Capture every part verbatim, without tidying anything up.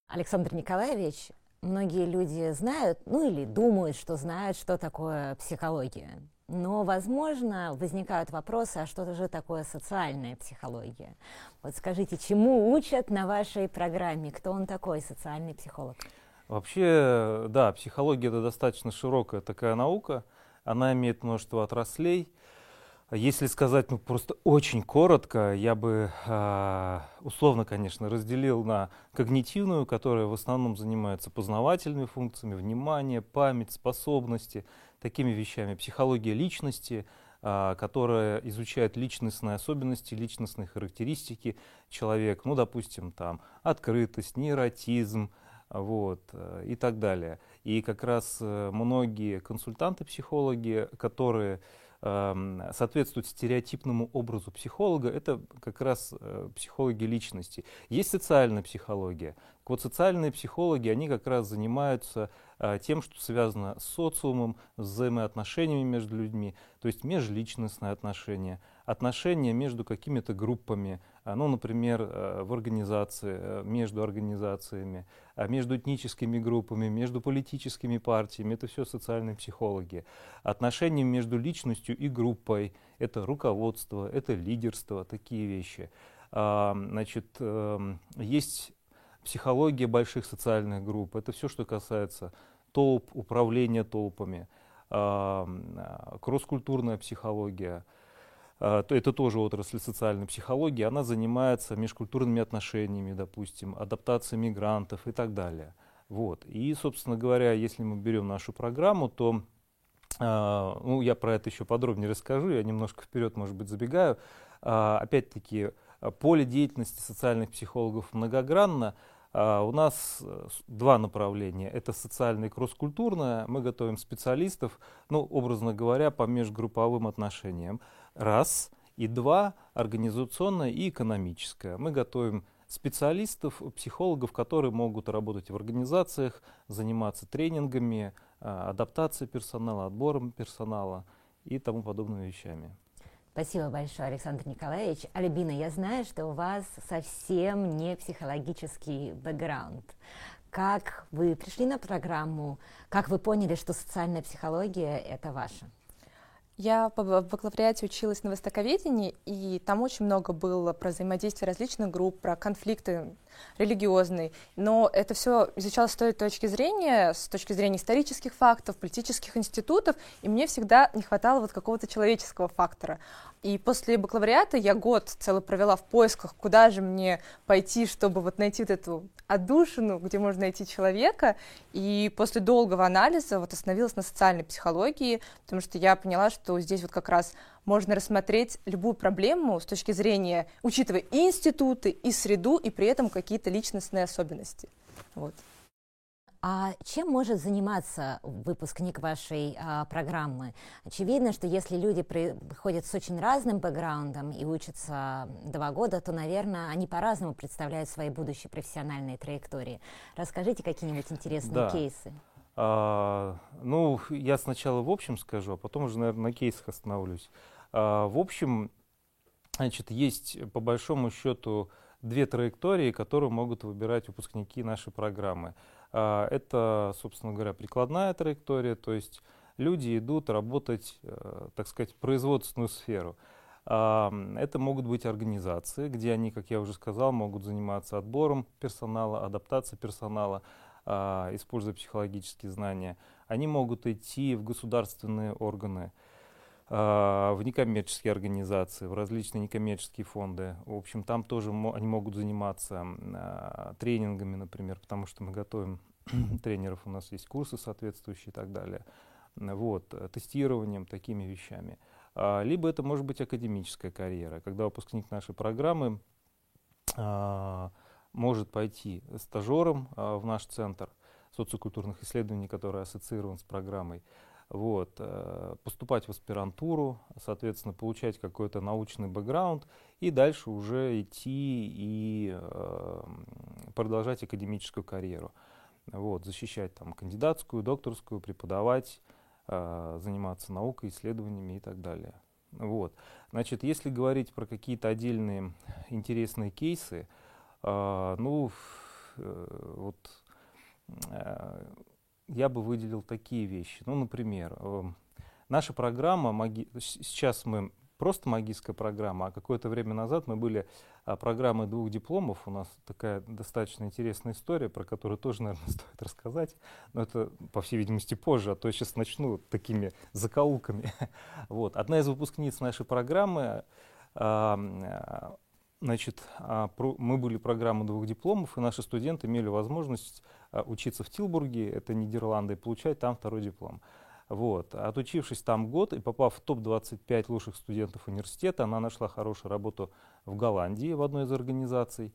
Александр Николаевич, многие люди знают, ну или думают, что знают, что такое психология. Но, возможно, возникают вопросы, а что же такое социальная психология? Вот скажите, чему учат на вашей программе? Кто он такой, социальный психолог? Вообще, да, психология — это достаточно широкая такая наука. Она имеет множество отраслей. Если сказать, ну, просто очень коротко, я бы э, условно, конечно, разделил на когнитивную, которая в основном занимается познавательными функциями, внимание, память, способности, такими вещами. Психология личности, э, которая изучает личностные особенности, личностные характеристики человека, ну, допустим, там, открытость, нейротизм, вот, э, и так далее. И как раз э, многие консультанты-психологи, которые соответствует стереотипному образу психолога, это как раз э, психологи личности. Есть социальная психология. Так вот, социальные психологи, они как раз занимаются э, тем, что связано с социумом, с взаимоотношениями между людьми, то есть межличностные отношения, отношения между какими-то группами, э, ну, например, э, в организации, э, между организациями, э, между этническими группами, между политическими партиями. Это все социальные психологи. Отношения между личностью и группой, это руководство, это лидерство, такие вещи. А, значит, э, есть психология больших социальных групп, это все, что касается толп, управления толпами, а, кросс-культурная психология, а, то это тоже отрасль социальной психологии, она занимается межкультурными отношениями, допустим, адаптацией мигрантов и так далее. Вот. И, собственно говоря, если мы берем нашу программу, то а, ну, я про это еще подробнее расскажу, я немножко вперед, может быть, забегаю. А, опять-таки, поле деятельности социальных психологов многогранно. А, у нас э, с- два направления. Это социальное и кросс-культурное. Мы готовим специалистов, ну, образно говоря, по межгрупповым отношениям. Раз. И два, организационное и экономическое. Мы готовим специалистов, психологов, которые могут работать в организациях, заниматься тренингами, а, адаптацией персонала, отбором персонала и тому подобными вещами. Спасибо большое, Александр Николаевич. Альбина, я знаю, что у вас совсем не психологический бэкграунд. Как вы пришли на программу? Как вы поняли, что социальная психология – это ваше? Я по в бакалавриате училась на востоковедении, и там очень много было про взаимодействие различных групп, про конфликты религиозные. Но это все изучалось с той точки зрения, с точки зрения исторических фактов, политических институтов, и мне всегда не хватало вот какого-то человеческого фактора. И после бакалавриата я год целый провела в поисках, куда же мне пойти, чтобы вот найти вот эту отдушину, где можно найти человека. И после долгого анализа вот остановилась на социальной психологии, потому что я поняла, что здесь вот как раз можно рассмотреть любую проблему с точки зрения, учитывая и институты, и среду, и при этом какие-то личностные особенности. Вот. А чем может заниматься выпускник вашей а, программы? Очевидно, что если люди приходят с очень разным бэкграундом и учатся два года, то, наверное, они по-разному представляют свои будущие профессиональные траектории. Расскажите какие-нибудь интересные Да. кейсы. А, ну, я сначала в общем скажу, а потом уже, наверное, на кейсах остановлюсь. А, в общем, значит, есть по большому счету две траектории, которые могут выбирать выпускники нашей программы. А, Это, собственно говоря, прикладная траектория, то есть люди идут работать, э, так сказать, в производственную сферу. А, Это могут быть организации, где они, как я уже сказал, могут заниматься отбором персонала, адаптацией персонала, а, используя психологические знания. Они могут идти в государственные органы, а, в некоммерческие организации, в различные некоммерческие фонды. В общем, там тоже мо- они могут заниматься а, тренингами, например, потому что мы готовим тренеров, у нас есть курсы соответствующие и так далее. Вот, э, тестированием, такими вещами. А, Либо это может быть академическая карьера, когда выпускник нашей программы а, может пойти стажером а, в наш центр социокультурных исследований, который ассоциирован с программой, вот, э, поступать в аспирантуру, соответственно, получать какой-то научный бэкграунд и дальше уже идти и э, продолжать академическую карьеру. Вот, защищать там кандидатскую, докторскую, преподавать, э, заниматься наукой, исследованиями и так далее. Вот. Значит, если говорить про какие-то отдельные интересные кейсы, а, ну, э, вот, э, я бы выделил такие вещи. Ну, например, э, наша программа, маги... сейчас мы просто магистрская программа, а какое-то время назад мы были а, программой двух дипломов. У нас такая достаточно интересная история, про которую тоже, наверное, стоит рассказать. Но это, по всей видимости, позже, а то я сейчас начну такими закоулками. Вот. Одна из выпускниц нашей программы, а, значит, а, про... мы были программой двух дипломов, и наши студенты имели возможность а, учиться в Тилбурге, это Нидерланды, и получать там второй диплом. Вот. Отучившись там год и попав в топ двадцать пять лучших студентов университета, она нашла хорошую работу в Голландии в одной из организаций.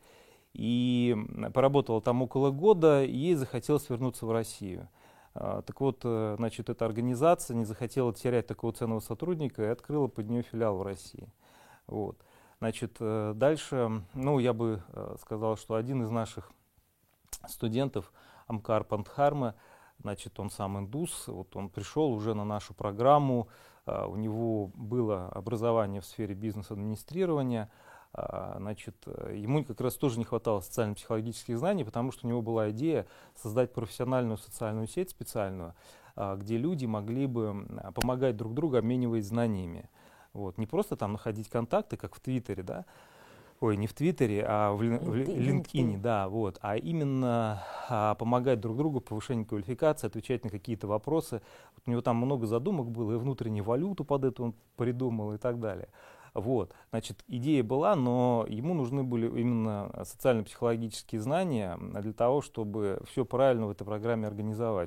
И поработала там около года, и ей захотелось вернуться в Россию. А, так вот, значит, эта организация не захотела терять такого ценного сотрудника и открыла под нее филиал в России. Вот. Значит, дальше, ну, я бы сказал, что один из наших студентов, Амкар Пандхарма, значит, он сам индус, вот он пришел уже на нашу программу, а, у него было образование в сфере бизнес-администрирования, а, значит, ему как раз тоже не хватало социально-психологических знаний, потому что у него была идея создать профессиональную социальную сеть специальную, а, где люди могли бы помогать друг другу, обмениваясь знаниями. Вот. Не просто там находить контакты, как в Твиттере, да, ой, не в Твиттере, а в, в LinkedIn, да, вот, а именно а, помогать друг другу в повышении квалификации, отвечать на какие-то вопросы. Вот у него там много задумок было, и внутреннюю валюту под это он придумал и так далее. Вот, значит, идея была, но ему нужны были именно социально-психологические знания для того, чтобы все правильно в этой программе организовать.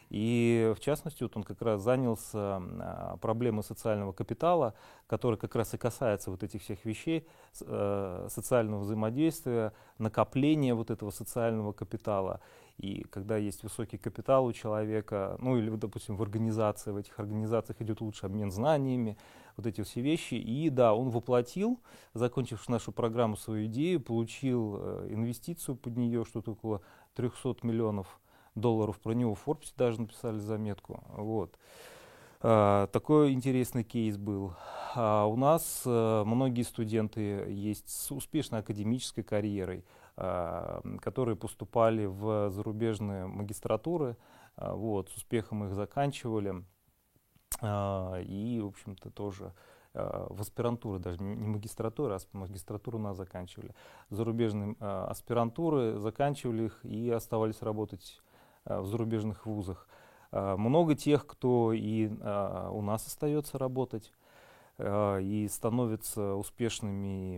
И в частности, вот он как раз занялся а, проблемой социального капитала, который как раз и касается вот этих всех вещей, э, социального взаимодействия, накопления вот этого социального капитала. И когда есть высокий капитал у человека, ну или, допустим, в организации, в этих организациях идет лучший обмен знаниями, вот эти все вещи. И да, он воплотил, закончив нашу программу, свою идею, получил э, инвестицию под нее, что-то около трехсот миллионов долларов. Про него в Forbes даже написали заметку. Вот. А, такой интересный кейс был. А у нас а, многие студенты есть с успешной академической карьерой, а, которые поступали в зарубежные магистратуры, а, вот, с успехом их заканчивали. А, и, в общем-то, тоже а, в аспирантуры, даже не магистратуры, а магистратуру у нас заканчивали. Зарубежные а, аспирантуры заканчивали их и оставались работать в зарубежных вузах. Много тех, кто и у нас остается работать и становятся успешными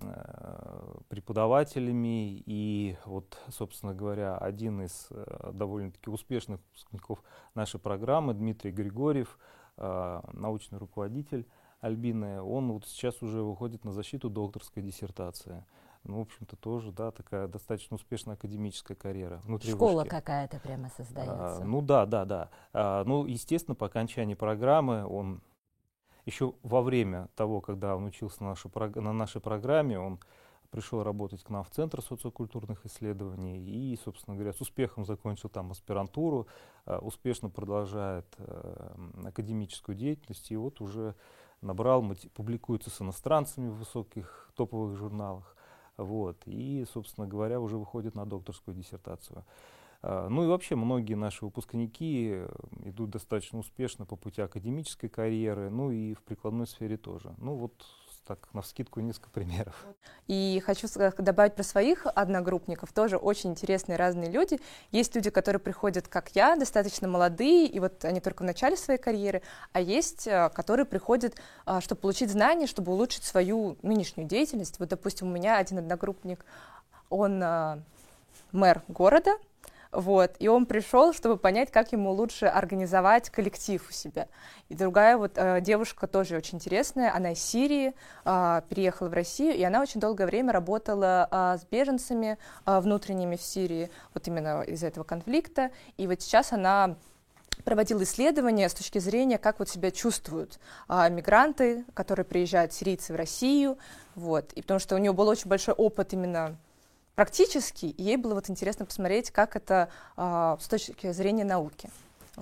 преподавателями. И вот, собственно говоря, один из довольно-таки успешных выпускников нашей программы, Дмитрий Григорьев, научный руководитель Альбины, он вот сейчас уже выходит на защиту докторской диссертации. Ну, в общем-то, тоже, да, такая достаточно успешная академическая карьера. Школа какая-то прямо создается. А, ну да, да, да. А, ну, естественно, по окончании программы он еще во время того, когда он учился на, нашу, на нашей программе, он пришел работать к нам в Центр социокультурных исследований и, собственно говоря, с успехом закончил там аспирантуру, а, успешно продолжает а, академическую деятельность и вот уже набрал, публикуется с иностранцами в высоких топовых журналах. Вот, и, собственно говоря, уже выходит на докторскую диссертацию. Ну и вообще многие наши выпускники идут достаточно успешно по пути академической карьеры, ну и в прикладной сфере тоже. Ну вот так, навскидку несколько примеров. И хочу добавить про своих одногруппников, тоже очень интересные разные люди. Есть люди, которые приходят, как я, достаточно молодые, и вот они только в начале своей карьеры, а есть, которые приходят, чтобы получить знания, чтобы улучшить свою нынешнюю деятельность. Вот, допустим, у меня один одногруппник, он мэр города, вот, и он пришел, чтобы понять, как ему лучше организовать коллектив у себя. И другая вот э, девушка тоже очень интересная, она из Сирии, э, переехала в Россию, и она очень долгое время работала э, с беженцами э, внутренними в Сирии, вот именно из-за этого конфликта. И вот сейчас она проводила исследования с точки зрения, как вот себя чувствуют а, мигранты, которые приезжают, сирийцы, в Россию, вот, и потому что у нее был очень большой опыт именно практический, и ей было вот интересно посмотреть, как это а, с точки зрения науки. Вот.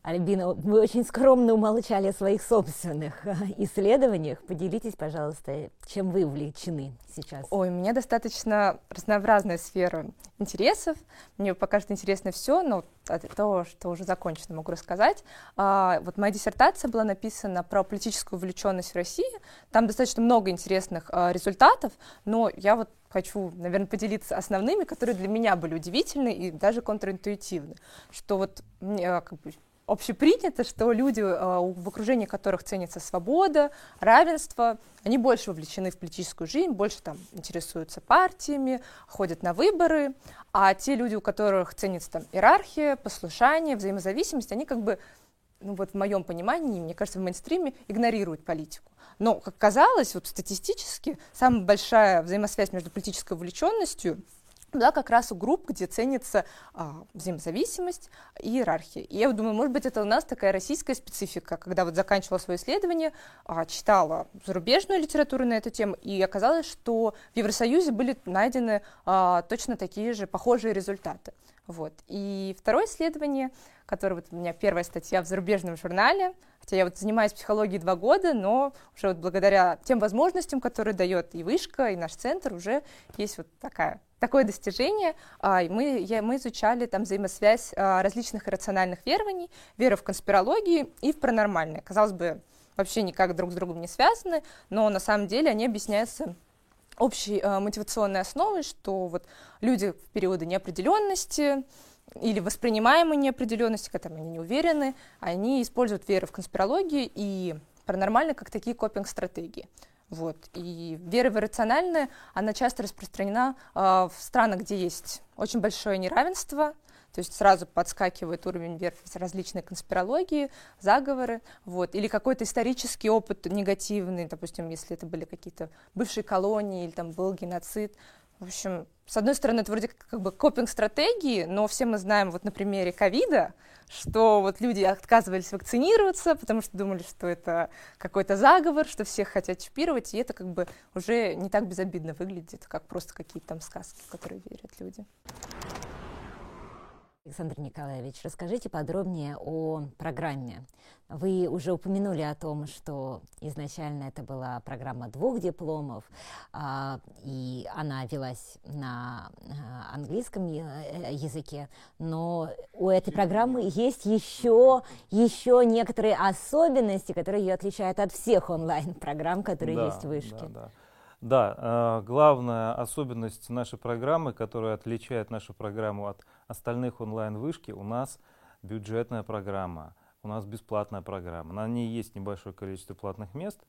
Альбина, вы очень скромно умолчали о своих собственных исследованиях. Поделитесь, пожалуйста, чем вы увлечены сейчас? Ой, у меня достаточно разнообразная сфера интересов. Мне пока что интересно все, но то, что уже закончено, могу рассказать. А, вот моя диссертация была написана про политическую вовлеченность в России. Там достаточно много интересных а, результатов, но я вот хочу, наверное, поделиться основными, которые для меня были удивительны и даже контринтуитивны. Что вот мне, как бы, общепринято, что люди, в окружении которых ценится свобода, равенство, они больше вовлечены в политическую жизнь, больше там интересуются партиями, ходят на выборы, а те люди, у которых ценится там иерархия, послушание, взаимозависимость, они как бы, ну вот в моем понимании, мне кажется, в мейнстриме игнорируют политику. Но, как казалось, вот статистически самая большая взаимосвязь между политической вовлеченностью была как раз у групп, где ценится а, взаимозависимость и иерархия. И я думаю, может быть, это у нас такая российская специфика, когда вот заканчивала свое исследование, а, читала зарубежную литературу на эту тему, и оказалось, что в Евросоюзе были найдены а, точно такие же похожие результаты. Вот. И второе исследование, которое вот у меня первая статья в зарубежном журнале, хотя я вот занимаюсь психологией два года, но уже вот благодаря тем возможностям, которые дает и вышка, и наш центр, уже есть вот такая такое достижение. А, мы, я, мы изучали там взаимосвязь а, различных иррациональных верований, веры в конспирологию и в паранормальное. Казалось бы, вообще никак друг с другом не связаны, но на самом деле они объясняются общей а, мотивационной основой, что вот люди в периоды неопределенности или воспринимаемой неопределенности, когда они не уверены, они используют веру в конспирологию и паранормально как такие копинг-стратегии. Вот. И вера в иррациональное, она часто распространена э, в странах, где есть очень большое неравенство, то есть сразу подскакивает уровень веры в различные конспирологии, заговоры, вот. Или какой-то исторический опыт негативный, допустим, если это были какие-то бывшие колонии или там был геноцид. В общем, с одной стороны, это вроде как бы копинг-стратегии, но все мы знаем вот на примере ковида, что вот люди отказывались вакцинироваться, потому что думали, что это какой-то заговор, что всех хотят чипировать, и это как бы уже не так безобидно выглядит, как просто какие-то там сказки, в которые верят люди. Александр Николаевич, расскажите подробнее о программе. Вы уже упомянули о том, что изначально это была программа двух дипломов, а, и она велась на а, английском языке, но у этой программы есть еще, еще некоторые особенности, которые ее отличают от всех онлайн-программ, которые да, есть в Вышке. Да, да. Да, э, главная особенность нашей программы, которая отличает нашу программу от остальных онлайн-вышки, у нас бюджетная программа, у нас бесплатная программа. На ней есть небольшое количество платных мест,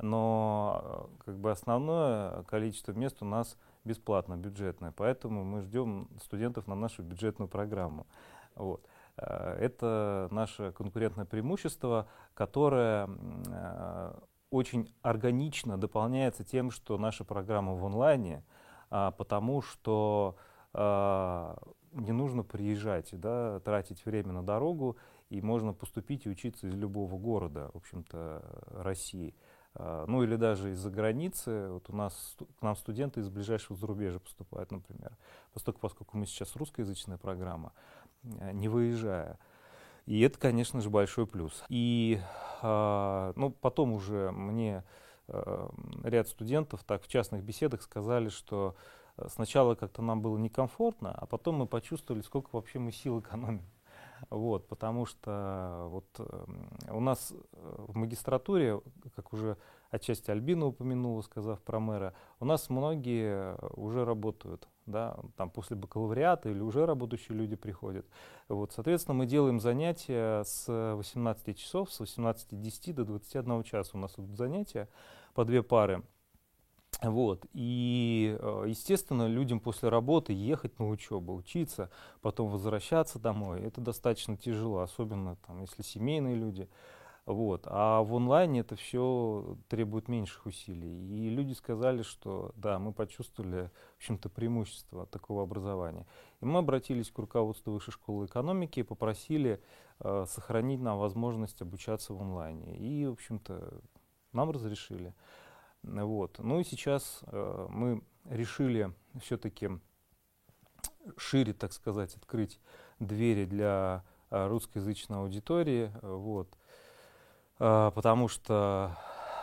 но э, как бы основное количество мест у нас бесплатно, бюджетное. Поэтому мы ждем студентов на нашу бюджетную программу. Вот. Э, это наше конкурентное преимущество, которое э, очень органично дополняется тем, что наша программа в онлайне, а, потому что а, не нужно приезжать, да, тратить время на дорогу, и можно поступить и учиться из любого города, в общем-то, России. А, ну или даже из-за границы. Вот у нас к нам студенты из ближайшего зарубежья поступают, например, поскольку, поскольку мы сейчас русскоязычная программа, не выезжая. И это, конечно же, большой плюс. И э, ну, потом уже мне э, ряд студентов так в частных беседах сказали, что сначала как-то нам было некомфортно, а потом мы почувствовали, сколько вообще мы сил экономим. Вот, потому что вот, э, у нас в магистратуре, как уже отчасти Альбина упомянула, сказав про мэра, у нас многие уже работают, да, там после бакалавриата или уже работающие люди приходят. Вот, соответственно, мы делаем занятия с восемнадцати часов, с восемнадцати десяти до двадцати одного часа у нас идут занятия по две пары. Вот. И, естественно, людям после работы ехать на учебу, учиться, потом возвращаться домой, это достаточно тяжело, особенно там, если семейные люди. Вот. А в онлайне это все требует меньших усилий. И люди сказали, что да, мы почувствовали, в общем-то, преимущество такого образования. И мы обратились к руководству Высшей школы экономики и попросили э, сохранить нам возможность обучаться в онлайне. И, в общем-то, нам разрешили. Вот. Ну и сейчас э, мы решили все-таки шире, так сказать, открыть двери для русскоязычной аудитории, вот, потому что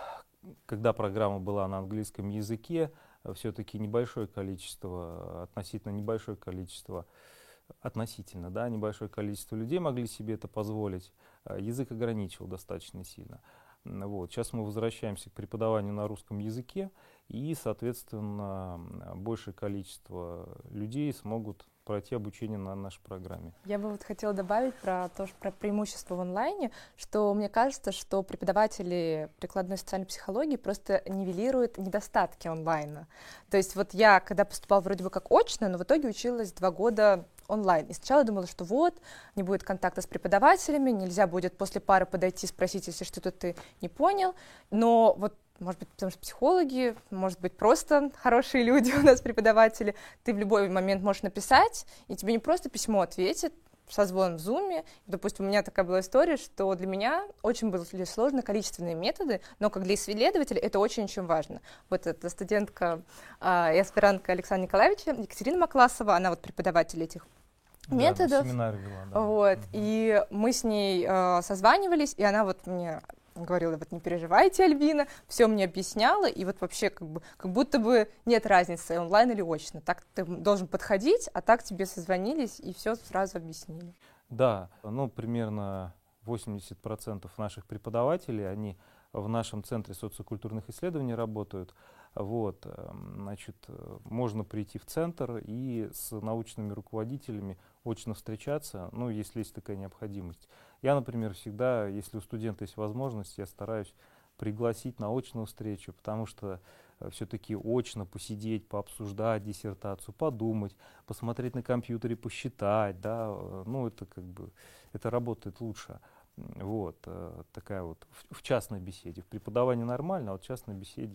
когда программа была на английском языке, все-таки небольшое количество, относительно небольшое количество, относительно, да, небольшое количество людей могли себе это позволить. Язык ограничивал достаточно сильно. Вот. Сейчас мы возвращаемся к преподаванию на русском языке, и, соответственно, большее количество людей смогут пройти обучение на нашей программе. Я бы вот хотела добавить про то, что про преимущество в онлайне, что мне кажется, что преподаватели прикладной социальной психологии просто нивелируют недостатки онлайна. То есть вот я, когда поступала вроде бы как очно, но в итоге училась два года онлайн. И сначала думала, что вот, не будет контакта с преподавателями, нельзя будет после пары подойти, спросить, если что-то ты не понял. Но вот, может быть, потому что психологи, может быть, просто хорошие люди у нас, преподаватели, ты в любой момент можешь написать, и тебе не просто письмо ответит, созвон в Zoom. Допустим, у меня такая была история, что для меня очень были сложны количественные методы, но как для исследователя это очень-очень важно. Вот эта студентка э, и аспирантка Александра Николаевича, Екатерина Макласова, она вот преподаватель этих да, методов. Семинар вела, да. Вот, угу. И мы с ней э, созванивались, и она вот мне говорила, вот не переживайте, Альбина, все мне объясняла, и вот вообще как бы как будто бы нет разницы, онлайн или очно. Так ты должен подходить, а так тебе созвонились и все сразу объяснили. Да, ну примерно восемьдесят процентов наших преподавателей, они в нашем Центре социокультурных исследований работают. Вот, значит, можно прийти в центр и с научными руководителями очно встречаться, ну, если есть такая необходимость. Я, например, всегда, если у студента есть возможность, я стараюсь пригласить на очную встречу, потому что все-таки очно посидеть, пообсуждать диссертацию, подумать, посмотреть на компьютере, посчитать, да, ну, это как бы, это работает лучше. Вот, такая вот в, в частной беседе. В преподавании нормально, а вот в частной беседе.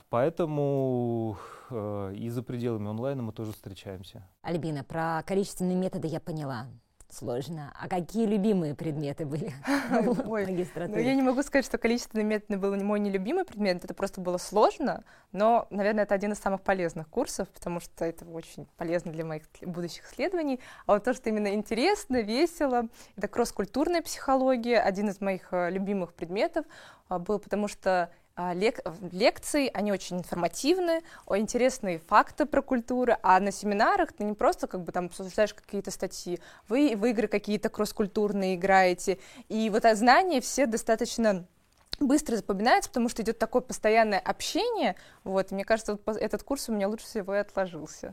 Поэтому э, и за пределами онлайна мы тоже встречаемся. Альбина, про количественные методы я поняла. Сложно. А какие любимые предметы были в магистратуре? Ну, я не могу сказать, что количественный метод был мой нелюбимый предмет, это просто было сложно, но, наверное, это один из самых полезных курсов, потому что это очень полезно для моих будущих исследований. А вот то, что именно интересно, весело, это кросс-культурная психология, один из моих любимых предметов был, потому что Лек- лекции, они очень информативны, интересные факты про культуру, а на семинарах ты не просто как бы там обсуждаешь какие-то статьи, вы в игры какие-то кросс-культурные играете, и вот знания все достаточно быстро запоминаются, потому что идет такое постоянное общение, вот, и мне кажется, вот этот курс у меня лучше всего и отложился.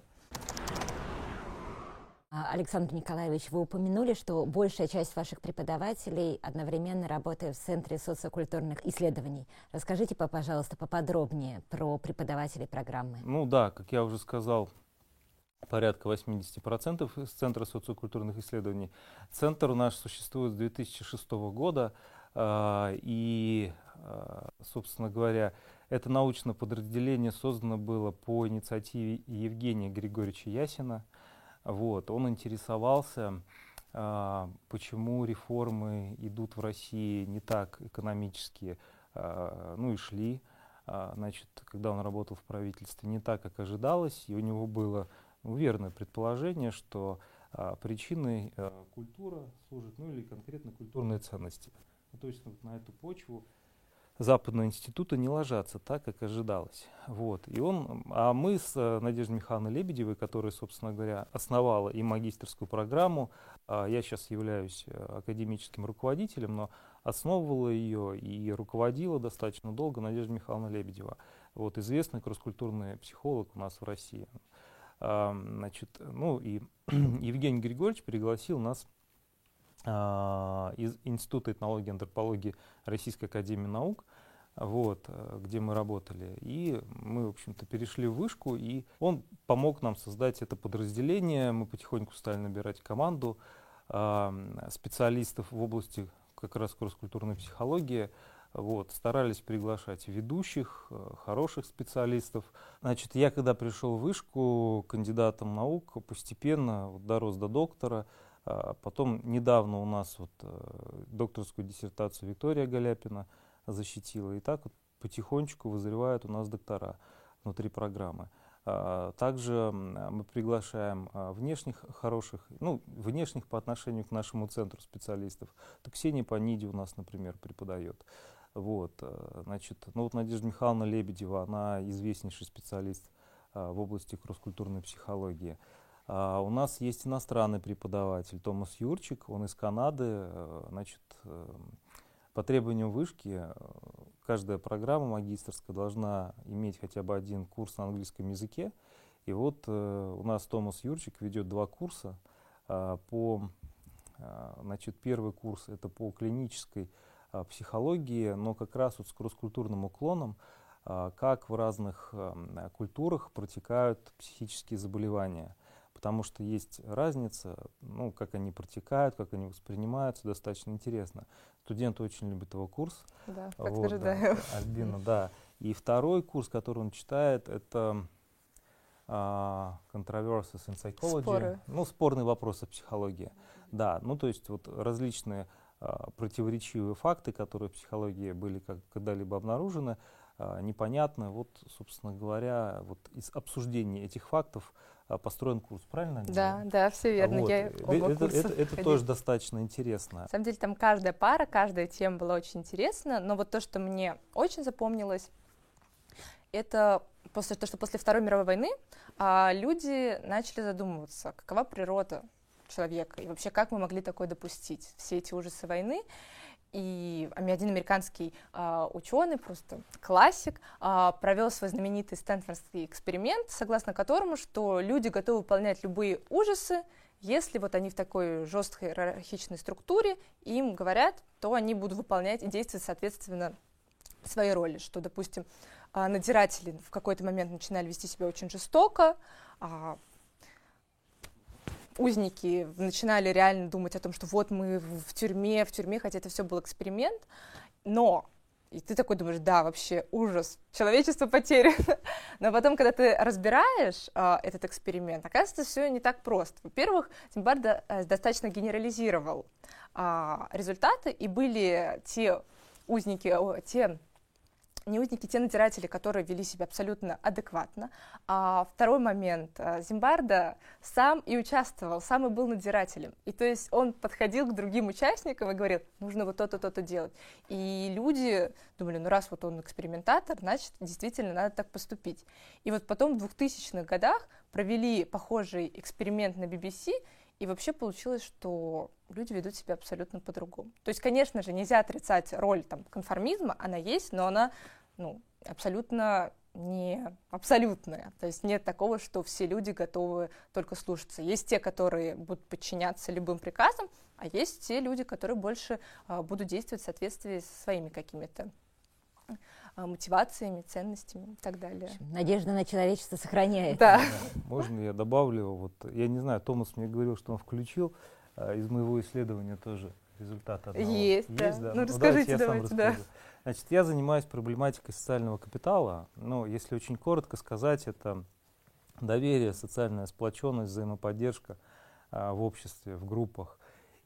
Александр Николаевич, вы упомянули, что большая часть ваших преподавателей одновременно работает в Центре социокультурных исследований. Расскажите, пожалуйста, поподробнее про преподавателей программы. Ну да, как я уже сказал, порядка восемьдесят процентов из Центра социокультурных исследований. Центр наш существует с две тысячи шестого года, и, собственно говоря, это научное подразделение создано было по инициативе Евгения Григорьевича Ясина. Вот, он интересовался, а, почему реформы идут в России не так экономически, а, ну и шли, а, значит, когда он работал в правительстве, не так, как ожидалось, и у него было ну, верное предположение, что а, причиной а, культура служит, ну или конкретно культурные ценности. Ну, то есть вот на эту почву Западного института не ложатся так, как ожидалось. Вот. И он, а мы с Надеждой Михайловной Лебедевой, которая, собственно говоря, основала и магистерскую программу, а я сейчас являюсь академическим руководителем, но основывала ее и руководила достаточно долго Надежда Михайловна Лебедева. Вот, известный кросс-культурный психолог у нас в России. А, значит, ну и Евгений Григорьевич пригласил нас из Института этнологии и антропологии Российской академии наук, вот, где мы работали. И мы, в общем-то, перешли в вышку, и он помог нам создать это подразделение. Мы потихоньку стали набирать команду э, специалистов в области как раз кросс-культурной психологии. Вот, старались приглашать ведущих, хороших специалистов. Значит, я когда пришел в вышку кандидатом наук, постепенно вот, дорос до доктора. Потом недавно у нас вот, докторскую диссертацию Виктория Голяпина защитила. И так вот потихонечку вызревают у нас доктора внутри программы. Также мы приглашаем внешних хороших, ну, внешних по отношению к нашему центру специалистов. То Ксения Паниди у нас, например, преподает. Вот, значит, ну вот Надежда Михайловна Лебедева, она известнейший специалист в области кросс-культурной психологии. А у нас есть иностранный преподаватель Томас Юрчик, он из Канады. Значит, по требованию вышки каждая программа магистерская должна иметь хотя бы один курс на английском языке. И вот у нас Томас Юрчик ведет два курса. По, значит, первый курс это по клинической психологии, но как раз вот с кросс-культурным уклоном, как в разных культурах протекают психические заболевания. Потому что есть разница, ну, как они протекают, как они воспринимаются, достаточно интересно. Студенты очень любят его курс. Да, вот, подтверждаю. Да, Альбина, да. И второй курс, который он читает, это uh, Controversies in Psychology. Споры. Ну, спорные вопросы психологии. Да, ну, то есть вот различные uh, противоречивые факты, которые в психологии были как, когда-либо обнаружены, uh, непонятны. Вот, собственно говоря, вот из обсуждения этих фактов построен курс, правильно? Да, да, все верно. Вот. Я оба это курса это, это тоже достаточно интересно. На самом деле там каждая пара, каждая тема была очень интересна, но вот то, что мне очень запомнилось, это после, то, что после Второй мировой войны а, люди начали задумываться, какова природа человека и вообще как мы могли такое допустить, все эти ужасы войны. И один американский а, ученый, просто классик, а, провел свой знаменитый стэнфордский эксперимент, согласно которому, что люди готовы выполнять любые ужасы, если вот они в такой жесткой иерархичной структуре, им говорят, то они будут выполнять и действовать соответственно своей роли, что, допустим, а, надзиратели в какой-то момент начинали вести себя очень жестоко, а, узники начинали реально думать о том, что вот мы в тюрьме, в тюрьме, хотя это все был эксперимент, но, и ты такой думаешь, да, вообще ужас, человечество потеряно, но потом, когда ты разбираешь а, этот эксперимент, оказывается, все не так просто. Во-первых, Зимбарда а, достаточно генерализировал а, результаты, и были те узники, о, те не узники, те надзиратели, которые вели себя абсолютно адекватно. А второй момент. Зимбарда сам и участвовал, сам и был надзирателем. И то есть он подходил к другим участникам и говорил, нужно вот то-то, то-то делать. И люди думали, ну раз вот он экспериментатор, значит, действительно надо так поступить. И вот потом в двухтысячных годах провели похожий эксперимент на би би си, и вообще получилось, что люди ведут себя абсолютно по-другому. То есть, конечно же, нельзя отрицать роль там, конформизма, она есть, но она ну, абсолютно не абсолютная. То есть нет такого, что все люди готовы только слушаться. Есть те, которые будут подчиняться любым приказам, а есть те люди, которые больше а, будут действовать в соответствии со своими какими-то мотивациями, ценностями и так далее. Надежда на человечество сохраняет. Да. Да. Можно я добавлю? Вот, я не знаю, Томас мне говорил, что он включил а, из моего исследования тоже результат одного. Есть, Есть да. да. Ну, Ну, расскажите, давайте, давайте, я да. сам Значит, я занимаюсь проблематикой социального капитала. Ну, если очень коротко сказать, это доверие, социальная сплоченность, взаимоподдержка а, в обществе, в группах.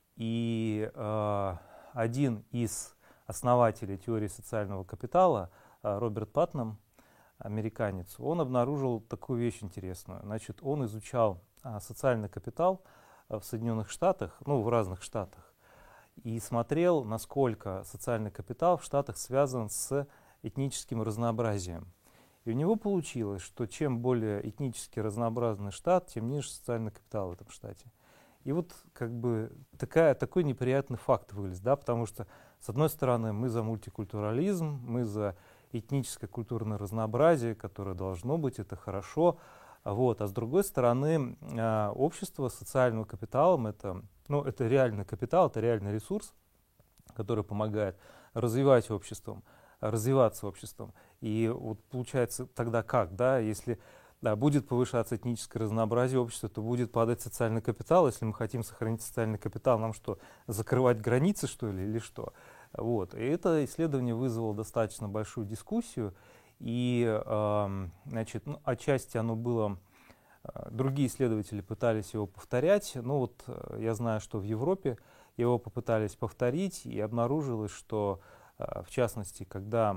И а, один из основателей теории социального капитала, Роберт Патнам, американец, он обнаружил такую вещь интересную. Значит, он изучал а, социальный капитал в Соединенных Штатах, ну, в разных штатах, и смотрел, насколько социальный капитал в Штатах связан с этническим разнообразием. И у него получилось, что чем более этнически разнообразный штат, тем ниже социальный капитал в этом штате. И вот как бы такая, такой неприятный факт вылез, да, потому что, с одной стороны, мы за мультикультурализм, мы за этническое культурное разнообразие, которое должно быть, это хорошо, вот, а с другой стороны, общество с социальным капиталом, это, ну, это реальный капитал, это реальный ресурс, который помогает развивать обществом, развиваться обществом. И вот получается тогда как, да, если да, будет повышаться этническое разнообразие общества, то будет падать социальный капитал. Если мы хотим сохранить социальный капитал, нам что, закрывать границы, что ли, или что? Вот. И это исследование вызвало достаточно большую дискуссию, и, э, значит, ну, отчасти оно было, э, другие исследователи пытались его повторять, но вот э, я знаю, что в Европе его попытались повторить, и обнаружилось, что, э, в частности, когда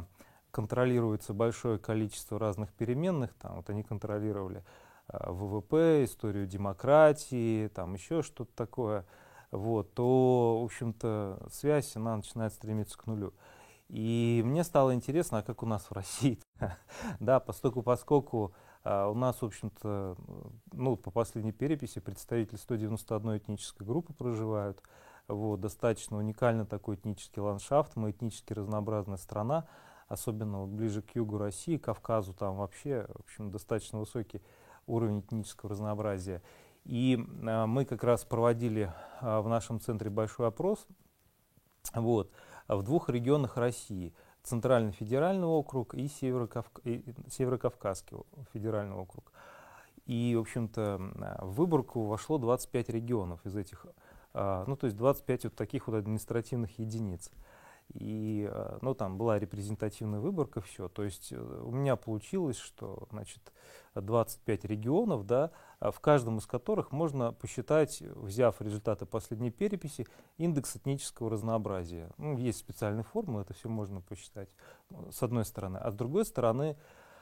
контролируется большое количество разных переменных, там, вот они контролировали э, вэ вэ пэ, историю демократии, там еще что-то такое, вот, то, в общем-то, связь, она начинает стремиться к нулю. И мне стало интересно, а как у нас в России? Да, поскольку, поскольку а, у нас, в общем-то, ну, по последней переписи представители сто девяносто одной этнической группы проживают. Вот, достаточно уникальный такой этнический ландшафт, мы этнически разнообразная страна, особенно вот ближе к югу России, Кавказу, там вообще, в общем, достаточно высокий уровень этнического разнообразия. И а, мы как раз проводили а, в нашем центре большой опрос, вот, в двух регионах России: Центральный федеральный округ и, Северокавк... и Северокавказский федеральный округ. И, в общем-то, в выборку вошло двадцать пять регионов из этих, ну, то есть двадцать пять вот таких вот административных единиц. И, ну, там была репрезентативная выборка, все. То есть у меня получилось, что, значит, двадцать пять регионов, да, в каждом из которых можно посчитать, взяв результаты последней переписи, индекс этнического разнообразия. Ну, есть специальные формулы, это все можно посчитать, с одной стороны. А с другой стороны,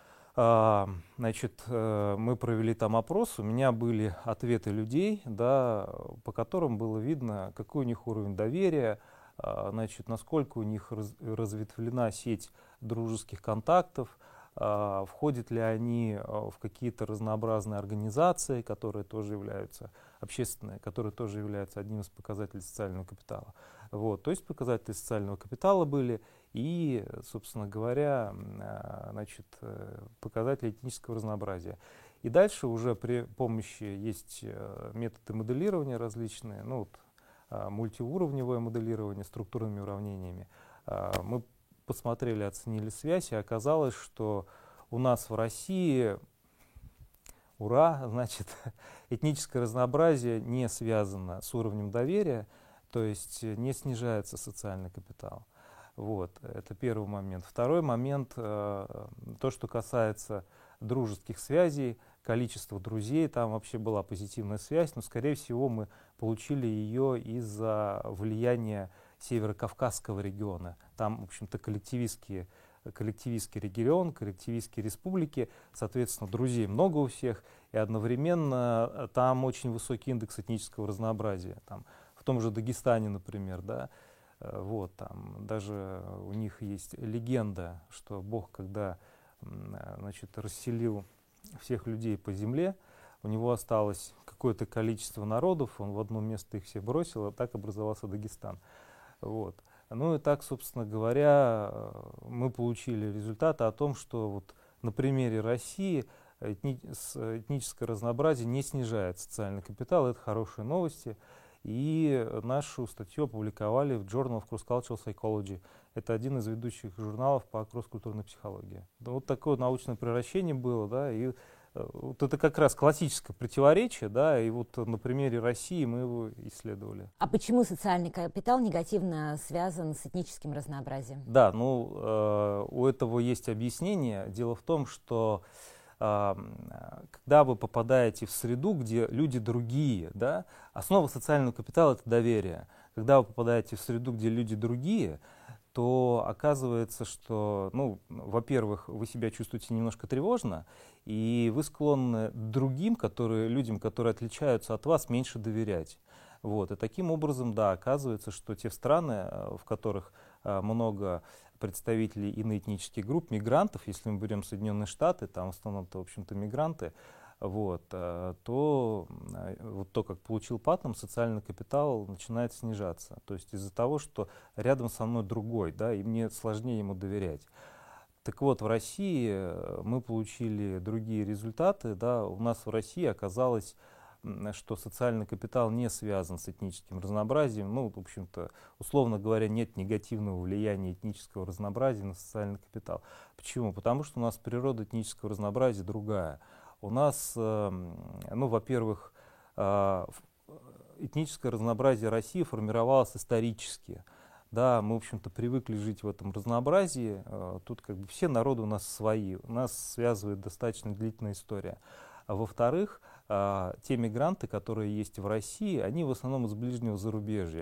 значит, мы провели там опрос, у меня были ответы людей, да, по которым было видно, какой у них уровень доверия, значит, насколько у них раз, разветвлена сеть дружеских контактов, а, входят ли они в какие-то разнообразные организации, которые тоже являются общественные, которые тоже являются одним из показателей социального капитала. Вот, то есть показатели социального капитала были и, собственно говоря, значит, показатели этнического разнообразия. И дальше уже при помощи есть методы моделирования различные, ну, вот, мультиуровневое моделирование структурными уравнениями. Мы посмотрели, оценили связь, и оказалось, что у нас в России, ура, значит, этническое разнообразие не связано с уровнем доверия, то есть не снижается социальный капитал. Вот, это первый момент. Второй момент, то, что касается дружеских связей, количество друзей, там вообще была позитивная связь, но, скорее всего, мы получили ее из-за влияния Северокавказского региона. Там, в общем-то, коллективистские, коллективистский регион, коллективистские республики, соответственно, друзей много у всех, и одновременно там очень высокий индекс этнического разнообразия. Там, в том же Дагестане, например, да, вот, там даже у них есть легенда, что Бог, когда, значит, расселил всех людей по земле, у него осталось какое-то количество народов, он в одно место их всех бросил, а так образовался Дагестан. Вот. Ну и так, собственно говоря, мы получили результаты о том, что вот на примере России этни... этническое разнообразие не снижает социальный капитал, это хорошие новости. И нашу статью опубликовали в Journal of Cross-Cultural Psychology. Это один из ведущих журналов по кросс-культурной психологии. Да, вот такое научное превращение было, да, и вот это как раз классическое противоречие, да, и вот на примере России мы его исследовали. А почему социальный капитал негативно связан с этническим разнообразием? Да, ну, э, у этого есть объяснение. Дело в том, что э, когда вы попадаете в среду, где люди другие, да, основа социального капитала — это доверие. Когда вы попадаете в среду, где люди другие, то оказывается, что, ну, во-первых, вы себя чувствуете немножко тревожно, и вы склонны другим, которые, людям, которые отличаются от вас, меньше доверять. Вот. И таким образом, да, оказывается, что те страны, в которых а, много представителей иноэтнических групп, мигрантов, если мы берем Соединенные Штаты, там в основном-то, в общем-то, мигранты, вот, то, вот то, как получил Паттон, социальный капитал начинает снижаться. То есть из-за того, что рядом со мной другой, да, и мне сложнее ему доверять. Так вот, в России мы получили другие результаты. Да, у нас в России оказалось, что социальный капитал не связан с этническим разнообразием. Ну, в общем-то, условно говоря, нет негативного влияния этнического разнообразия на социальный капитал. Почему? Потому что у нас природа этнического разнообразия другая. У нас, ну, во-первых, этническое разнообразие России формировалось исторически. Да, мы, в общем-то, привыкли жить в этом разнообразии. Тут как бы все народы у нас свои. Нас связывает достаточно длительная история. А во-вторых, те мигранты, которые есть в России, они в основном из ближнего зарубежья.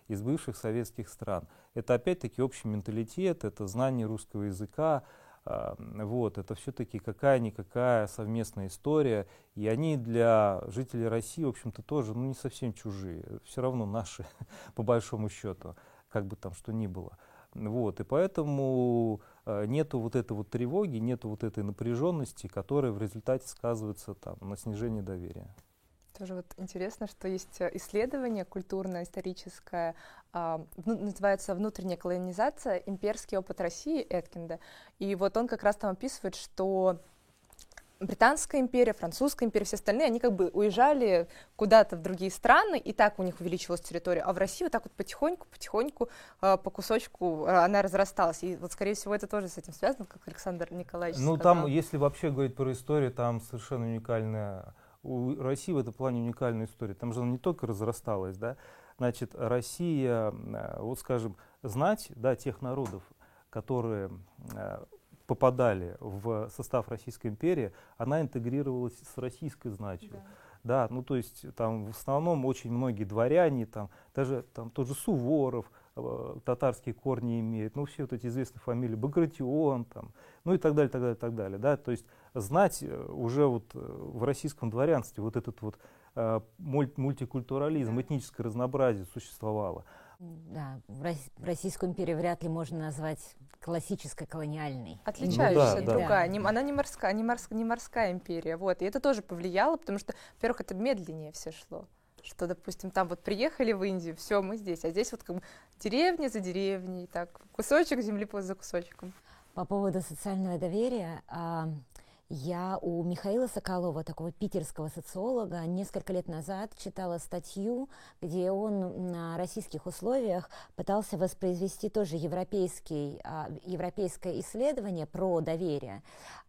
из бывших советских стран. Это опять-таки общий менталитет, это знание русского языка, вот, это все-таки какая-никакая совместная история, и они для жителей России, в общем-то, тоже, ну, не совсем чужие, все равно наши, по большому счету, как бы там что ни было. Вот, и поэтому нету вот этой вот тревоги, нету вот этой напряженности, которая в результате сказывается там на снижении доверия. Тоже вот интересно, что есть исследование культурно-историческое, а, ну, называется «Внутренняя колонизация. Имперский опыт России» Эткинда. И вот он как раз там описывает, что Британская империя, Французская империя, все остальные, они как бы уезжали куда-то в другие страны, и так у них увеличивалась территория, а в России вот так вот потихоньку-потихоньку по кусочку она разрасталась. И вот, скорее всего, это тоже с этим связано, как Александр Николаевич ну, сказал. Ну, там, если вообще говорить про историю, там совершенно уникальная... У России в этом плане уникальная история. Там же она не только разрасталась, да. Значит, Россия, вот скажем, знать, да, тех народов, которые попадали в состав Российской империи, она интегрировалась с российской знатью. Да. Да, ну то есть там в основном очень многие дворяне, там, даже там тот же Суворов, э, татарские корни имеет, ну все вот эти известные фамилии, Багратион, там, ну и так далее, так далее, так далее. Да, то есть знать уже вот в российском дворянстве вот этот вот э, мультикультурализм, этническое разнообразие существовало. Да, в Российскую империю вряд ли можно назвать классической колониальной. Отличающаяся, ну, да, другая. Да. Не, она не морская, не, морская, не морская империя. Вот. И это тоже повлияло, потому что, во-первых, это медленнее все шло. Что, допустим, там вот приехали в Индию, все, мы здесь. А здесь вот как бы деревня за деревней, так, кусочек земли за кусочком. По поводу социального доверия... Я у Михаила Соколова, такого питерского социолога, несколько лет назад читала статью, где он на российских условиях пытался воспроизвести тоже европейский, европейское исследование про доверие.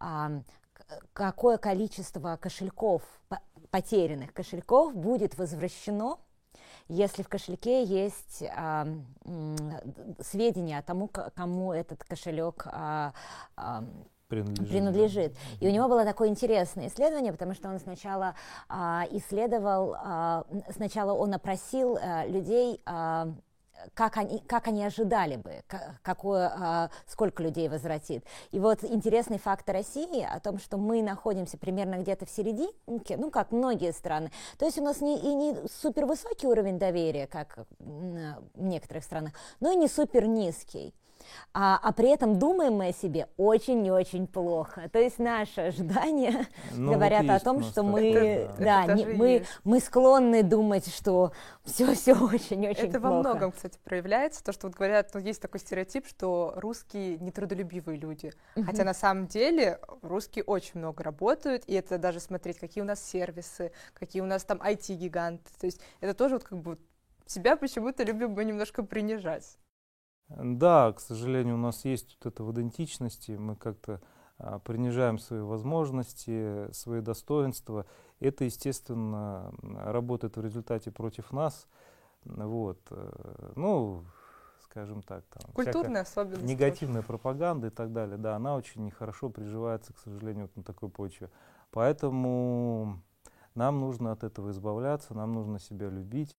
Какое количество кошельков, потерянных кошельков будет возвращено, если в кошельке есть а, сведения о том, кому этот кошелек а, а, Принадлежит. принадлежит. И у него было такое интересное исследование, потому что он сначала а, исследовал, а, сначала он опросил а, людей, а, как, они, как они ожидали бы, какое, а, сколько людей возвратит. И вот интересный факт о России, о том, что мы находимся примерно где-то в серединке, ну, как многие страны. То есть у нас не, и не супер высокий уровень доверия, как в некоторых странах, но и не супер низкий. А, а при этом думаем мы о себе очень и очень плохо. То есть наши ожидания ну, говорят вот о том, что мы, это, да, это не, мы, мы склонны думать, что все-все очень-очень Это плохо. во многом, кстати, проявляется. То, что вот говорят, ну, есть такой стереотип, что русские нетрудолюбивые люди. Uh-huh. Хотя на самом деле русские очень много работают, и это даже смотреть, какие у нас сервисы, какие у нас там ай ти-гиганты. То есть это тоже вот как бы себя почему-то любим мы немножко принижать. Да, к сожалению, у нас есть вот это в идентичности, мы как-то а, принижаем свои возможности, свои достоинства. Это, естественно, работает в результате против нас. Вот. Ну, скажем так, там, культурная особенность. Негативная пропаганда и так далее, да, она очень нехорошо приживается, к сожалению, вот на такой почве. Поэтому нам нужно от этого избавляться, нам нужно себя любить.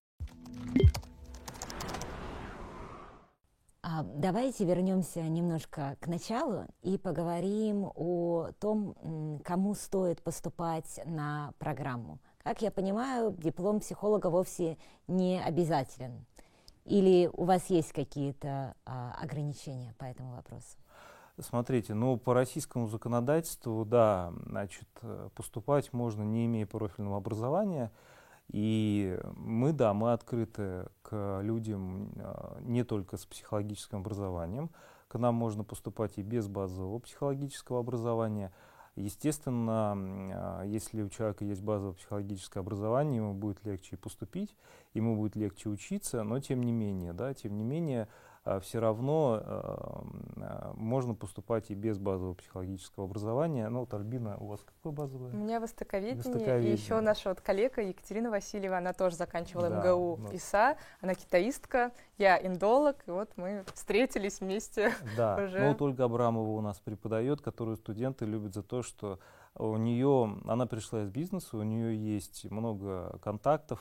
Давайте вернемся немножко к началу и поговорим о том, кому стоит поступать на программу. Как я понимаю, диплом психолога вовсе не обязателен. Или у вас есть какие-то а, ограничения по этому вопросу? Смотрите, ну по российскому законодательству, да, значит, поступать можно, не имея профильного образования. И мы, да, мы открыты к людям не только с психологическим образованием. К нам можно поступать и без базового психологического образования. Естественно, если у человека есть базовое психологическое образование, ему будет легче поступить, ему будет легче учиться, но тем не менее, да, тем не менее, все равно э, можно поступать и без базового психологического образования. Ну, вот, Альбина, у вас какое базовое? У меня востоковедение, востоковедение. И еще наша вот коллега Екатерина Васильева, она тоже заканчивала да, МГУ но... ИСА, она китаистка, я индолог, и вот мы встретились вместе. Да, уже. Ну вот Ольга Абрамова у нас преподает, которую студенты любят за то, что у нее, она пришла из бизнеса, у нее есть много контактов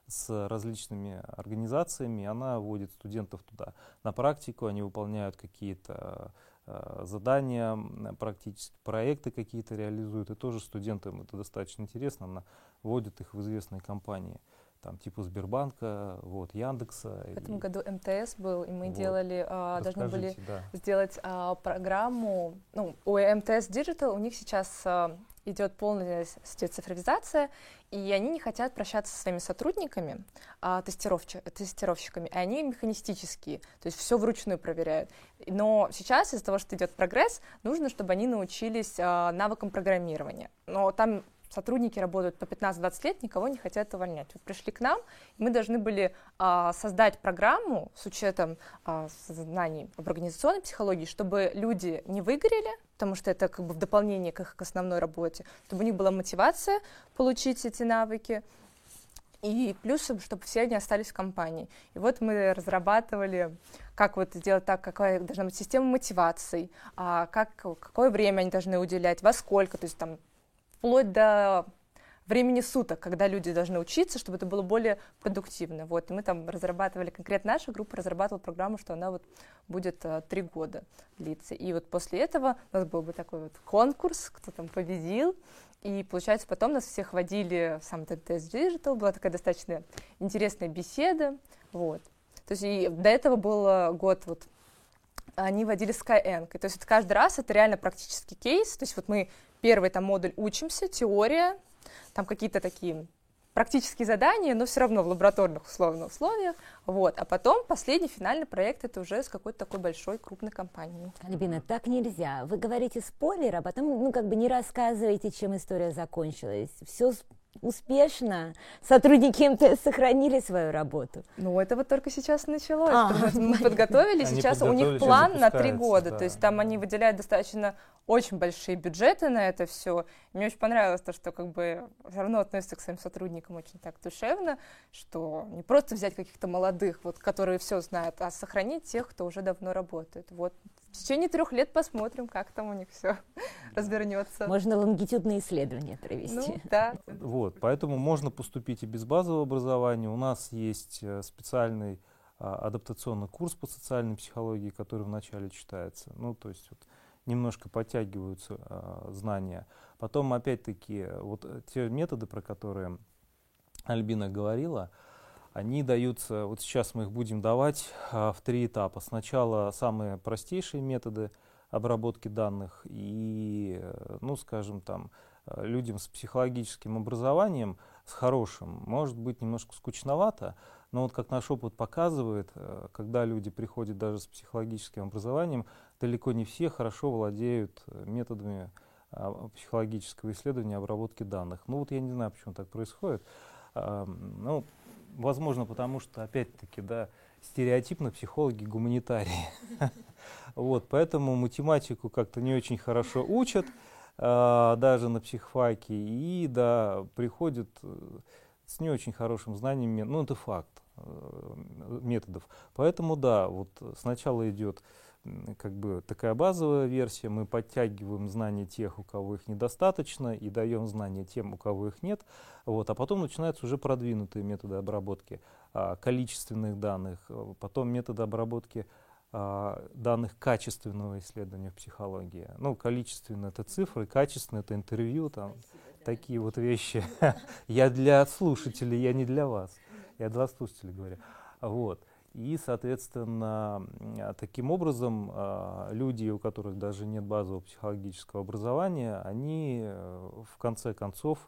с различными организациями, она вводит студентов туда на практику, они выполняют какие-то э, задания, практически проекты какие-то реализуют, и тоже студентам это достаточно интересно, она вводит их в известные компании, там типа Сбербанка, вот, Яндекса. В этом и, году эм тэ эс был, и мы вот. делали, а, должны были да. сделать а, программу, ну, у эм тэ эс Digital, у них сейчас а, идет полная цифровизация, и они не хотят прощаться со своими сотрудниками, а, тестировщи- тестировщиками, и они механистические, то есть все вручную проверяют. Но сейчас из-за того, что идет прогресс, нужно, чтобы они научились а, навыкам программирования. Но там сотрудники работают по пятнадцать-двадцать лет, никого не хотят увольнять. Вот пришли к нам, и мы должны были а, создать программу с учетом а, знаний об организационной психологии, чтобы люди не выгорели, потому что это как бы в дополнение к их к основной работе, чтобы у них была мотивация получить эти навыки, и плюс, чтобы все они остались в компании. И вот мы разрабатывали, как вот сделать так, какая должна быть система мотиваций, а, как, какое время они должны уделять, во сколько, то есть там вплоть до времени суток, когда люди должны учиться, чтобы это было более продуктивно. Вот, и мы там разрабатывали, конкретно наша группа разрабатывала программу, что она вот будет а, три года длиться. И вот после этого у нас был бы такой вот конкурс, кто там победил, и, получается, потом нас всех водили в сам эм тэ эс Digital, была такая достаточно интересная беседа, вот. То есть и до этого был год вот они водили Skyeng. То есть вот каждый раз это реально практический кейс. То есть вот мы первый там модуль учимся, теория, там какие-то такие практические задания, но все равно в лабораторных условных условиях. Вот. А потом последний финальный проект это уже с какой-то такой большой крупной компанией. Альбина, так нельзя. Вы говорите спойлер, а потом ну, как бы не рассказываете, чем история закончилась. Все успешно. Сотрудники эм тэ эс сохранили свою работу. Ну, это вот только сейчас началось. А, мы подготовили, они сейчас у них план на три года. Да. То есть там они выделяют достаточно очень большие бюджеты на это все. Мне очень понравилось то, что как бы все равно относятся к своим сотрудникам очень так душевно, что не просто взять каких-то молодых, вот, которые все знают, а сохранить тех, кто уже давно работает. Вот. В течение трех лет посмотрим, как там у них все развернется. Можно лонгитюдные исследования провести. Ну, да. Вот, поэтому можно поступить и без базового образования. У нас есть специальный а, адаптационный курс по социальной психологии, который вначале читается. Ну, то есть вот, немножко подтягиваются а, знания. Потом, опять-таки, вот те методы, про которые Альбина говорила, они даются, вот сейчас мы их будем давать а, в три этапа. Сначала самые простейшие методы обработки данных и, ну, скажем, там, людям с психологическим образованием, с хорошим, может быть немножко скучновато, но вот как наш опыт показывает, когда люди приходят даже с психологическим образованием, далеко не все хорошо владеют методами психологического исследования, обработки данных. Ну вот я не знаю, почему так происходит. Ну, возможно, потому что, опять-таки, да, стереотипно психологи гуманитарии. Вот, поэтому математику как-то не очень хорошо учат, даже на психфаке, и, да, приходят с не очень хорошим знанием, ну, это факт, методов. Поэтому, да, вот сначала идет как бы такая базовая версия, мы подтягиваем знания тех, у кого их недостаточно, и даем знания тем, у кого их нет, вот, а потом начинаются уже продвинутые методы обработки а, количественных данных, потом методы обработки а, данных качественного исследования в психологии. Ну, количественно это цифры, качественно это интервью, там, такие вот вещи. Я для слушателей, я не для вас, я для слушателей говорю. Вот. И, соответственно, таким образом люди, у которых даже нет базового психологического образования, они в конце концов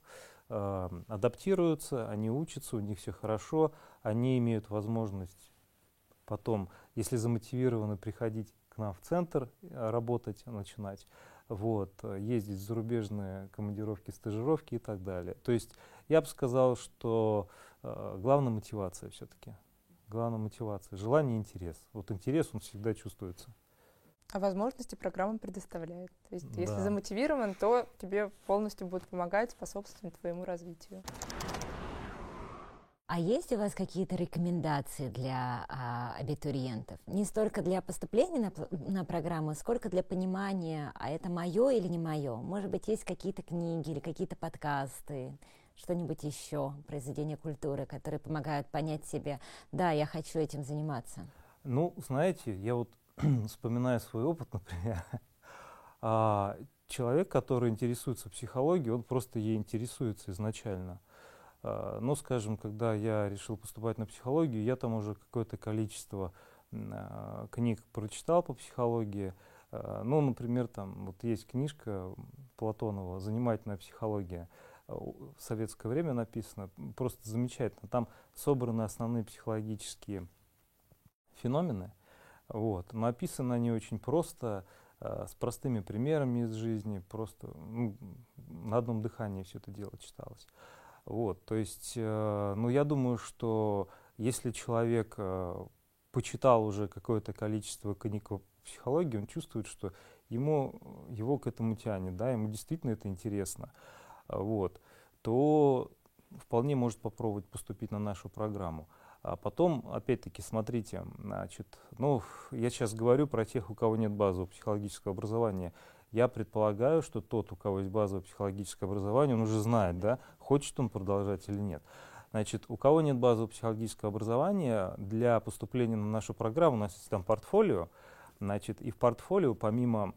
адаптируются, они учатся, у них все хорошо, они имеют возможность потом, если замотивированы, приходить к нам в центр, работать, начинать, вот, ездить в зарубежные командировки, стажировки и так далее. То есть я бы сказал, что главная мотивация все-таки. Главная мотивация, желание и интерес. Вот интерес, он всегда чувствуется. А возможности программа предоставляет. То есть, Да. если замотивирован, то тебе полностью будут помогать, способствовать твоему развитию. А есть у вас какие-то рекомендации для а, абитуриентов? Не столько для поступления на, на программу, сколько для понимания, а это мое или не мое? Может быть, есть какие-то книги или какие-то подкасты, что-нибудь еще, произведения культуры, которые помогают понять себе, да, я хочу этим заниматься? Ну, знаете, я вот вспоминаю свой опыт, например, человек, который интересуется психологией, он просто ей интересуется изначально. Ну, скажем, когда я решил поступать на психологию, я там уже какое-то количество книг прочитал по психологии. Ну, например, там вот есть книжка Платонова «Занимательная психология». В советское время написано, просто замечательно. Там собраны основные психологические феномены. Вот. Написано они очень просто, с простыми примерами из жизни, просто ну, на одном дыхании все это дело читалось. Вот. То есть, ну, я думаю, что если человек почитал уже какое-то количество книг по психологии, он чувствует, что ему, его к этому тянет, да, ему действительно это интересно, вот, то вполне может попробовать поступить на нашу программу. А потом, опять-таки, смотрите, значит, ну, я сейчас говорю про тех, у кого нет базового психологического образования. Я предполагаю, что тот, у кого есть базовое психологическое образование, он уже знает, да, хочет он продолжать или нет. Значит, у кого нет базового психологического образования, для поступления на нашу программу у нас есть там портфолио, значит, и в портфолио помимо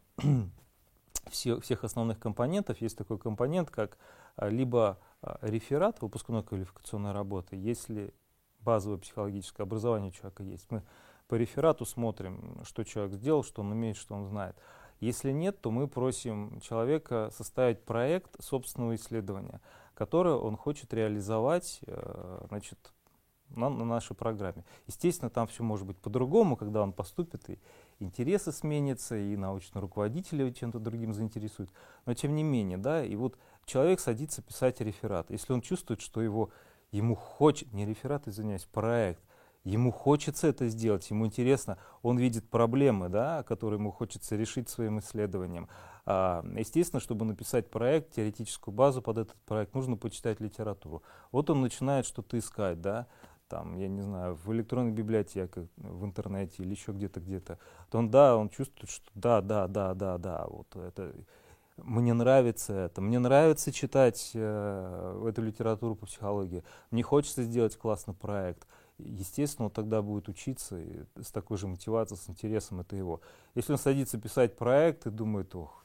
всех, всех основных компонентов есть такой компонент, как либо реферат выпускной квалификационной работы, если базовое психологическое образование у человека есть. Мы по реферату смотрим, что человек сделал, что он умеет, что он знает. Если нет, то мы просим человека составить проект собственного исследования, которое он хочет реализовать, значит, на, на нашей программе. Естественно, там все может быть по-другому, когда он поступит, и интересы сменятся, и научный руководитель чем-то другим заинтересует. Но тем не менее, да, и вот человек садится писать реферат. Если он чувствует, что его, ему хочет, не реферат, извиняюсь, проект, ему хочется это сделать, ему интересно, он видит проблемы, да, которые ему хочется решить своим исследованием. А, естественно, чтобы написать проект, теоретическую базу под этот проект, нужно почитать литературу. Вот он начинает что-то искать, да, там, я не знаю, в электронной библиотеке, в интернете или еще где-то, где-то. То он, да, он чувствует, что да, да, да, да, да, вот это... Мне нравится это, мне нравится читать э, эту литературу по психологии, мне хочется сделать классный проект. Естественно, он тогда будет учиться и с такой же мотивацией, с интересом, это его. Если он садится писать проект и думает, ох,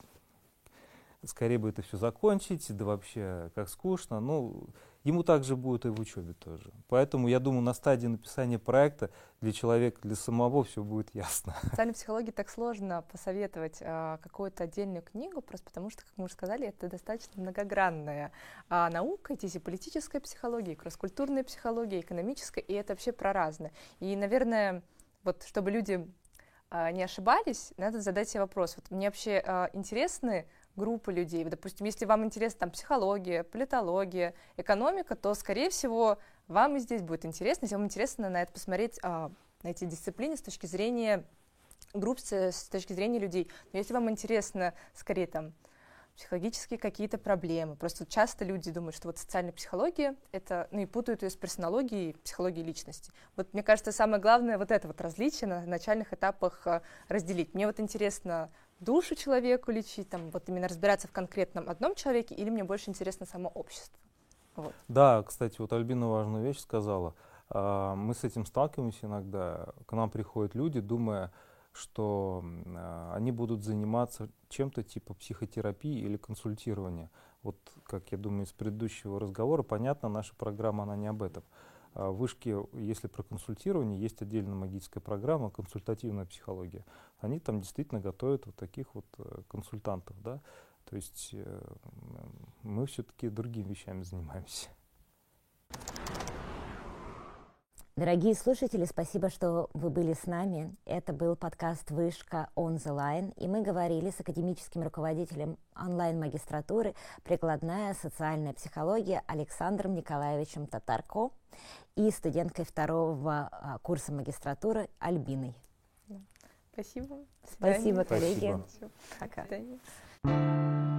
скорее бы это все закончить, да вообще как скучно, ну, ему также будет и в учебе тоже. Поэтому, я думаю, на стадии написания проекта для человека, для самого все будет ясно. В социальной психологии так сложно посоветовать а, какую-то отдельную книгу, просто потому что, как мы уже сказали, это достаточно многогранная а, наука. Здесь и политическая психология, и кросс-культурная психология, и экономическая, и это вообще про разное. И, наверное, вот чтобы люди а, не ошибались, надо задать себе вопрос. Вот мне вообще а, интересны группы людей. Допустим, если вам интересна там психология, политология, экономика, то, скорее всего, вам и здесь будет интересно. Если вам интересно на это посмотреть, а, на эти дисциплины с точки зрения групп, с, с точки зрения людей. Но если вам интересно, скорее, там, психологические какие-то проблемы. Просто часто люди думают, что вот социальная психология, это, ну и путают ее с персонологией, психологией личности. Вот мне кажется, самое главное вот это вот различие на начальных этапах а, разделить. Мне вот интересно душу человеку лечить, там, вот именно разбираться в конкретном одном человеке, или мне больше интересно само общество. Вот. Да, кстати, вот Альбина важную вещь сказала. А, мы с этим сталкиваемся иногда. К нам приходят люди, думая, что а, они будут заниматься чем-то типа психотерапии или консультирования. Вот, как я думаю, из предыдущего разговора понятно, наша программа, она не об этом. В Вышке, если про консультирование, есть отдельная магическая программа «Консультативная психология». Они там действительно готовят вот таких вот консультантов, да. То есть мы все-таки другими вещами занимаемся. Дорогие слушатели, спасибо, что вы были с нами. Это был подкаст «Вышка on the line», и мы говорили с академическим руководителем онлайн-магистратуры «Прикладная социальная психология» Александром Николаевичем Татарко и студенткой второго курса магистратуры Альбиной. Спасибо. Спасибо, коллеги. Спасибо. Пока. До свидания.